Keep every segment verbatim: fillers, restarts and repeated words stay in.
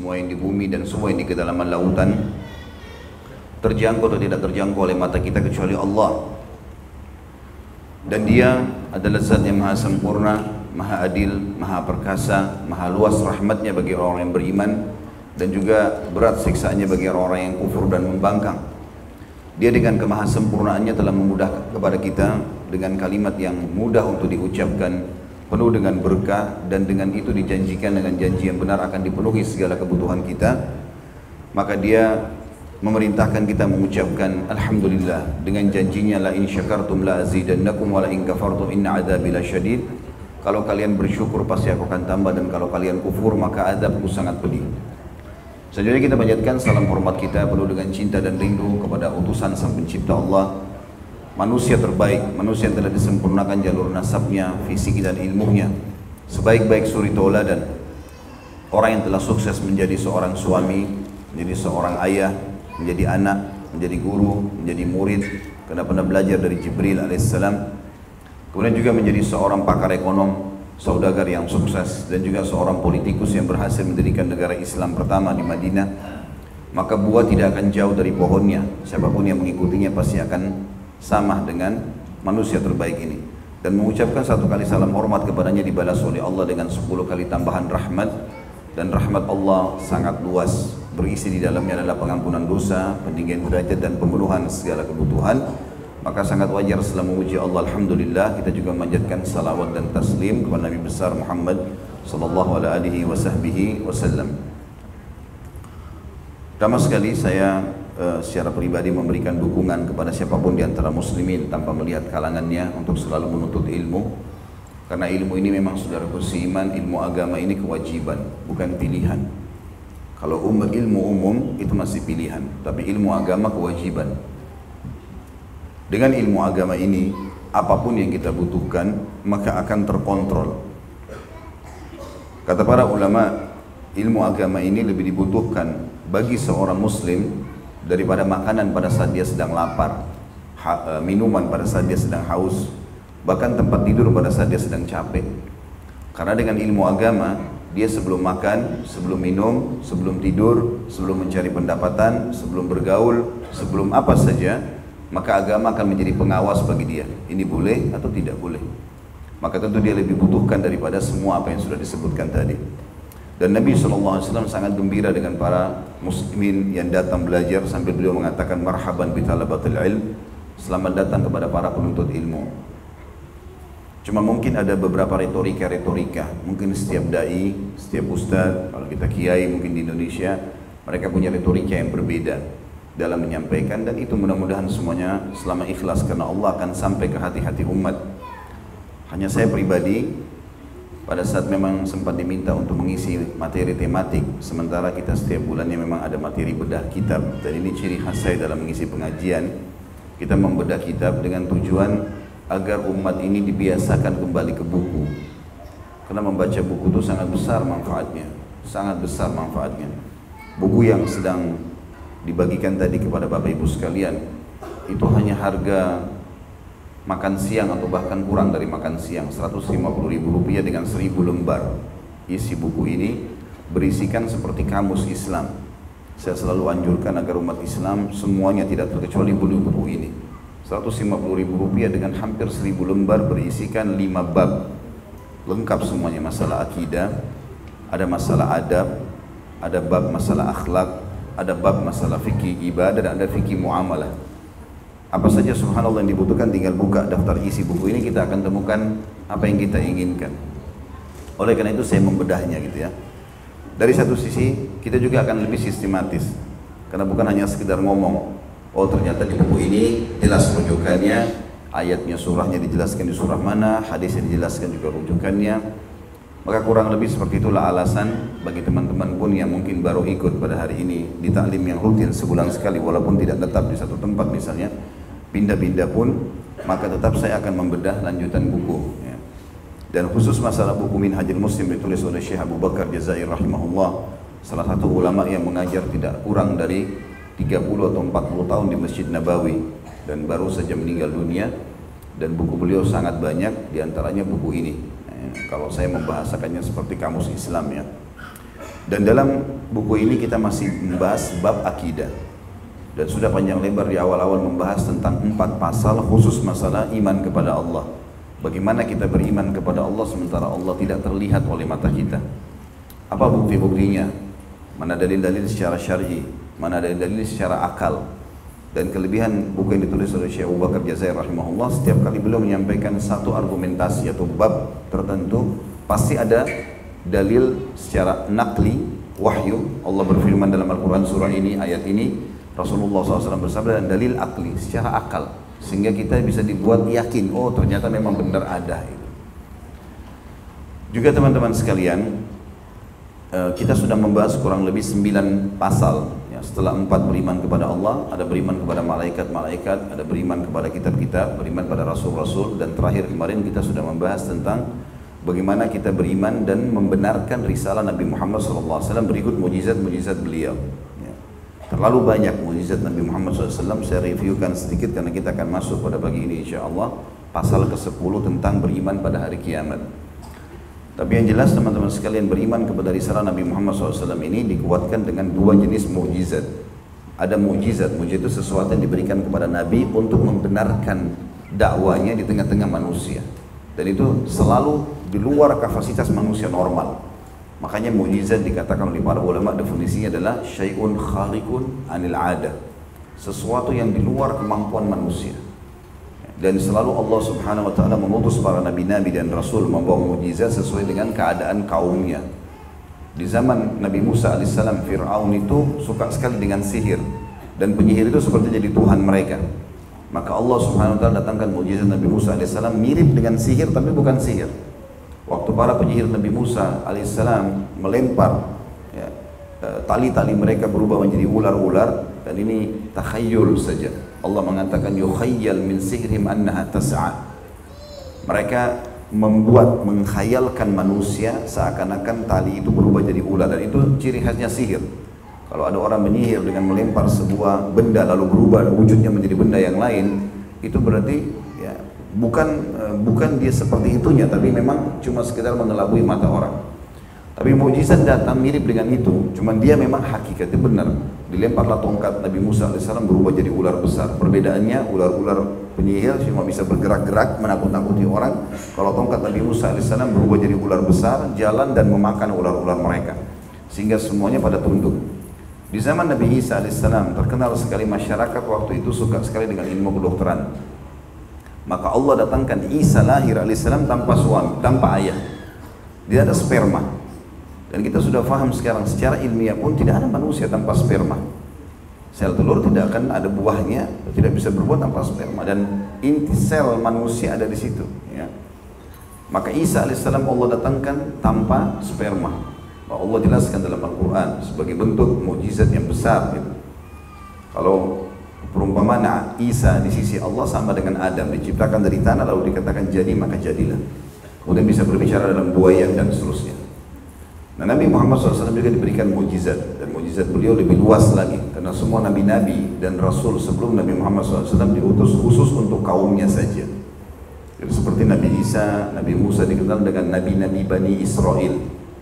semua yang di bumi dan semua yang di kedalaman lautan, terjangkau atau tidak terjangkau oleh mata kita kecuali Allah. Dan Dia adalah Zat yang maha sempurna, maha adil, maha perkasa, maha luas rahmatnya bagi orang yang beriman, dan juga berat siksaannya bagi orang-orang yang kufur dan membangkang. Dia dengan kemahasempurnaannya telah memudahkan kepada kita dengan kalimat yang mudah untuk diucapkan, penuh dengan berkah, dan dengan itu dijanjikan dengan janji yang benar akan dipenuhi segala kebutuhan kita. Maka Dia memerintahkan kita mengucapkan Alhamdulillah dengan janjinya, la in syakartum la azidannakum wa la in kafartum inna adzabi lasyadid. Kalau kalian bersyukur pasti aku akan tambah, dan kalau kalian kufur maka azabku sangat pedih. Selanjutnya kita panjatkan salam hormat kita penuh dengan cinta dan rindu kepada utusan Sang Pencipta Allah, manusia terbaik, manusia yang telah disempurnakan jalur nasabnya, fisik dan ilmunya, sebaik-baik suri tauladan, orang yang telah sukses menjadi seorang suami, menjadi seorang ayah, menjadi anak, menjadi guru, menjadi murid, karena pernah belajar dari Jibril alaihissalam. Kemudian juga menjadi seorang pakar ekonom, saudagar yang sukses, dan juga seorang politikus yang berhasil mendirikan negara Islam pertama di Madinah. Maka buah tidak akan jauh dari pohonnya, siapapun yang mengikutinya pasti akan sama dengan manusia terbaik ini. Dan mengucapkan satu kali salam hormat kepadanya dibalas oleh Allah dengan sepuluh kali tambahan rahmat. Dan rahmat Allah sangat luas, berisi di dalamnya adalah pengampunan dosa, peninggian derajat, dan pemenuhan segala kebutuhan. Maka sangat wajar setelah memuji Allah Alhamdulillah, kita juga memanjatkan salawat dan taslim kepada Nabi besar Muhammad sallallahu alaihi wasallam. Pertama sekali saya uh, secara pribadi memberikan dukungan kepada siapapun di antara muslimin tanpa melihat kalangannya untuk selalu menuntut ilmu. Karena ilmu ini memang, saudaraku seiman, ilmu agama ini kewajiban, bukan pilihan. Kalau um, ilmu umum itu masih pilihan, tapi ilmu agama kewajiban. Dengan ilmu agama ini, apapun yang kita butuhkan, maka akan terkontrol. Kata para ulama, ilmu agama ini lebih dibutuhkan bagi seorang muslim daripada makanan pada saat dia sedang lapar, ha, minuman pada saat dia sedang haus, bahkan tempat tidur pada saat dia sedang capek. Karena dengan ilmu agama, dia sebelum makan, sebelum minum, sebelum tidur, sebelum mencari pendapatan, sebelum bergaul, sebelum apa saja, maka agama akan menjadi pengawas bagi dia. Ini boleh atau tidak boleh. Maka tentu dia lebih butuhkan daripada semua apa yang sudah disebutkan tadi. Dan Nabi shallallahu alaihi wasallam sangat gembira dengan para muslimin yang datang belajar, sambil beliau mengatakan marhaban bitalabatil ilm, selamat datang kepada para penuntut ilmu. Cuma mungkin ada beberapa retorika-retorika, mungkin setiap dai, setiap ustaz, kalau kita kiai mungkin di Indonesia, mereka punya retorika yang berbeda dalam menyampaikan, dan itu mudah-mudahan semuanya selama ikhlas karena Allah akan sampai ke hati-hati umat. Hanya saya pribadi pada saat memang sempat diminta untuk mengisi materi tematik, sementara kita setiap bulannya memang ada materi bedah kitab, dan ini ciri khas saya dalam mengisi pengajian. Kita membedah kitab dengan tujuan agar umat ini dibiasakan kembali ke buku, karena membaca buku itu sangat besar manfaatnya, sangat besar manfaatnya. Buku yang sedang dibagikan tadi kepada Bapak Ibu sekalian itu hanya harga makan siang atau bahkan kurang dari makan siang, seratus lima puluh ribu rupiah dengan seribu lembar. Isi buku ini berisikan seperti kamus Islam. Saya selalu anjurkan agar umat Islam semuanya tidak terkecuali beli buku ini. Seratus lima puluh ribu rupiah dengan hampir seribu lembar, berisikan lima bab lengkap semuanya. Masalah akidah, ada masalah adab, ada bab masalah akhlak, ada bab masalah fikih ibadah, dan ada fikih muamalah. Apa saja subhanallah yang dibutuhkan, tinggal buka daftar isi buku ini, kita akan temukan apa yang kita inginkan. Oleh karena itu saya membedahnya gitu ya. Dari satu sisi kita juga akan lebih sistematis, karena bukan hanya sekedar ngomong, oh ternyata di buku ini jelas rujukannya, ayatnya, surahnya dijelaskan di surah mana, hadisnya dijelaskan juga rujukannya. Maka kurang lebih seperti itulah alasan bagi teman-teman pun yang mungkin baru ikut pada hari ini di taklim yang rutin sebulan sekali, walaupun tidak tetap di satu tempat misalnya, pindah-pindah pun, maka tetap saya akan membedah lanjutan buku ya. Dan khusus masalah buku Minhajul Muslim ditulis oleh Syekh Abu Bakar Jazair rahimahullah, salah satu ulama yang mengajar tidak kurang dari tiga puluh atau empat puluh tahun di Masjid Nabawi, dan baru saja meninggal dunia. Dan buku beliau sangat banyak, diantaranya buku ini. Kalau saya membahasakannya seperti kamus Islam ya. Dan dalam buku ini kita masih membahas bab akidah. Dan sudah panjang lebar di awal-awal membahas tentang empat pasal khusus masalah iman kepada Allah. Bagaimana kita beriman kepada Allah sementara Allah tidak terlihat oleh mata kita. Apa bukti-buktinya? Mana dalil-dalil secara syar'i, mana dalil-dalil secara akal. Dan kelebihan buku yang ditulis oleh Syekh Abu Bakar Jazair rahimahullah, setiap kali beliau menyampaikan satu argumentasi atau bab tertentu, pasti ada dalil secara nakli, wahyu. Allah berfirman dalam Al-Quran surah ini, ayat ini, Rasulullah shallallahu alaihi wasallam bersabda, dan dalil akli, secara akal, sehingga kita bisa dibuat yakin, oh ternyata memang benar ada. Juga teman-teman sekalian, kita sudah membahas kurang lebih sembilan pasal. Setelah empat beriman kepada Allah, ada beriman kepada malaikat-malaikat, ada beriman kepada kitab-kitab, beriman pada rasul-rasul, dan terakhir kemarin kita sudah membahas tentang bagaimana kita beriman dan membenarkan risalah Nabi Muhammad shallallahu alaihi wasallam berikut mujizat-mujizat beliau. Ya. Terlalu banyak mujizat Nabi Muhammad shallallahu alaihi wasallam, saya reviewkan sedikit karena kita akan masuk pada pagi ini insya Allah pasal ke sepuluh tentang beriman pada hari kiamat. Tapi yang jelas teman-teman sekalian, beriman kepada risalah Nabi Muhammad shallallahu alaihi wasallam ini dikuatkan dengan dua jenis mukjizat. Ada mukjizat, mukjizat itu sesuatu yang diberikan kepada Nabi untuk membenarkan dakwanya di tengah-tengah manusia. Dan itu selalu di luar kapasitas manusia normal. Makanya mukjizat dikatakan oleh para ulama, definisinya adalah syai'un khariqun anil ada, sesuatu yang di luar kemampuan manusia. Dan selalu Allah subhanahu wa ta'ala mengutus para nabi-nabi dan rasul membawa mukjizat sesuai dengan keadaan kaumnya. Di zaman Nabi Musa alaihissalam, Fir'aun itu suka sekali dengan sihir, dan penyihir itu seperti jadi Tuhan mereka. Maka Allah subhanahu wa ta'ala datangkan mukjizat Nabi Musa alaihissalam mirip dengan sihir tapi bukan sihir. Waktu para penyihir Nabi Musa alaihissalam melempar ya, tali-tali mereka berubah menjadi ular-ular, dan ini takhayyul saja. Allah mengatakan yukhayyal min sihrihim annaha tas'a. Mereka membuat, menghayalkan manusia seakan-akan tali itu berubah jadi ular, dan itu ciri khasnya sihir. Kalau ada orang menyihir dengan melempar sebuah benda lalu berubah wujudnya menjadi benda yang lain, itu berarti ya bukan bukan dia seperti itunya, tapi memang cuma sekedar mengelabui mata orang. Tapi mukjizat datang mirip dengan itu, cuman dia memang hakikatnya benar. Dilemparlah tongkat Nabi Musa alaihissalam berubah jadi ular besar. Perbedaannya, ular-ular penyihir cuma bisa bergerak-gerak menakut-nakuti orang. Kalau tongkat Nabi Musa alaihissalam berubah jadi ular besar, jalan dan memakan ular-ular mereka, sehingga semuanya pada tunduk. Di zaman Nabi Isa alaihissalam terkenal sekali masyarakat waktu itu suka sekali dengan ilmu kedokteran. Maka Allah datangkan Isa lahir alaihissalam tanpa suami, tanpa ayah. Dia ada sperma. Dan kita sudah paham sekarang secara ilmiah pun tidak ada manusia tanpa sperma. Sel telur tidak akan ada buahnya, tidak bisa berbuat tanpa sperma, dan inti sel manusia ada di situ. Ya. Maka Isa alaihissalam Allah datangkan tanpa sperma. Allah jelaskan dalam Al-Quran sebagai bentuk mukjizat yang besar. Gitu. Kalau perumpamaan Isa di sisi Allah sama dengan Adam, diciptakan dari tanah lalu dikatakan jadi maka jadilah. Kemudian bisa berbicara dalam buaya dan seterusnya. Nah, Nabi Muhammad shallallahu alaihi wasallam juga diberikan mukjizat, dan mukjizat beliau lebih luas lagi karena semua nabi-nabi dan rasul sebelum Nabi Muhammad shallallahu alaihi wasallam diutus khusus untuk kaumnya saja. Jadi seperti Nabi Isa, Nabi Musa dikenal dengan nabi-nabi Bani Israel.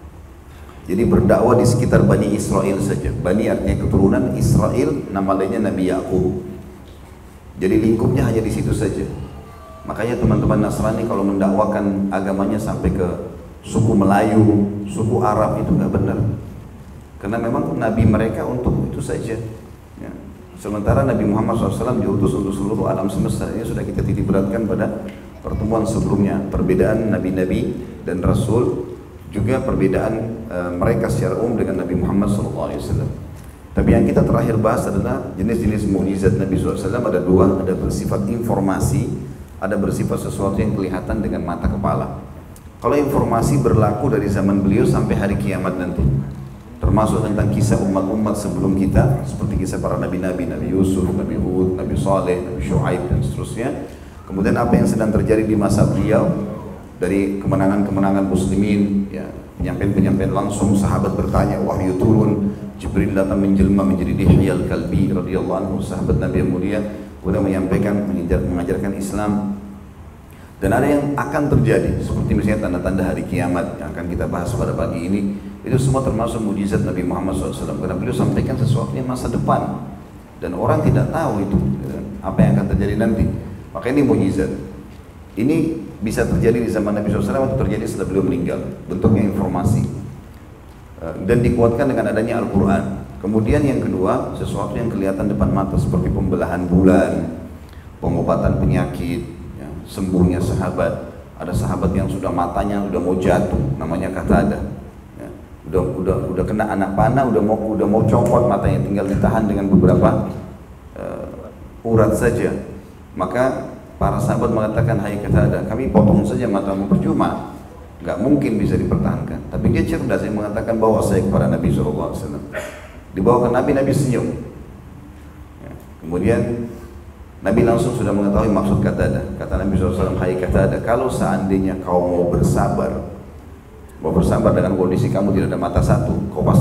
Jadi berdakwah di sekitar Bani Israel saja. Bani artinya keturunan, Israel nama lainnya Nabi Yakub. Jadi lingkupnya hanya di situ saja. Makanya teman-teman Nasrani kalau mendakwakan agamanya sampai ke suku Melayu, suku Arab, itu nggak benar. Karena memang Nabi mereka untuk itu saja. Ya. Sementara Nabi Muhammad shallallahu alaihi wasallam diutus untuk seluruh alam semesta. Ini sudah kita titik beratkan pada pertemuan sebelumnya. Perbedaan Nabi-Nabi dan Rasul, juga perbedaan e, mereka secara umum dengan Nabi Muhammad shallallahu alaihi wasallam. Tapi yang kita terakhir bahas adalah jenis-jenis mukjizat Nabi shallallahu alaihi wasallam ada dua, ada bersifat informasi, ada bersifat sesuatu yang kelihatan dengan mata kepala. Kalau informasi berlaku dari zaman beliau sampai hari kiamat nanti, termasuk tentang kisah umat-umat sebelum kita, seperti kisah para nabi-nabi, Nabi Yusuf, Nabi Hud, Nabi Saleh, Nabi Shu'aib dan seterusnya. Kemudian apa yang sedang terjadi di masa beliau, dari kemenangan-kemenangan muslimin, ya, penyampaian-penyampaian langsung, sahabat bertanya, wahyu turun, Jibril datang menjelma menjadi Dihya al-Kalbi radhiyallahu anhu, sahabat Nabi yang mulia, kemudian menyampaikan, mengajarkan Islam. Dan ada yang akan terjadi, seperti misalnya tanda-tanda hari kiamat yang akan kita bahas pada pagi ini. Itu semua termasuk mujizat Nabi Muhammad shallallahu alaihi wasallam karena beliau sampaikan sesuatu yang masa depan dan orang tidak tahu itu apa yang akan terjadi nanti. Maka ini mujizat. Ini bisa terjadi di zaman Nabi shallallahu alaihi wasallam atau terjadi setelah beliau meninggal. Bentuknya informasi dan dikuatkan dengan adanya Al-Quran. Kemudian yang kedua, sesuatu yang kelihatan depan mata seperti pembelahan bulan, pengobatan penyakit, ya, sembuhnya sahabat. Ada sahabat yang sudah matanya sudah mau jatuh, namanya Qatadah. Ya, udah udah udah kena anak panah, udah mau udah mau copot matanya, tinggal ditahan dengan beberapa uh, urat saja. Maka para sahabat mengatakan, hai Qatadah, kami potong saja matamu, percuma, nggak mungkin bisa dipertahankan. Tapi dia cerdas, yang mengatakan bawa saya kepada Nabi shallallahu alaihi wasallam. Dibawa ke Nabi, Nabi senyum. Ya, kemudian Nabi langsung sudah mengetahui maksud Qatadah. Kata Nabi shallallahu alaihi wasallam, hai Qatadah, kalau seandainya kau mau bersabar, mau bersabar dengan kondisi kamu tidak ada mata satu, kau pasti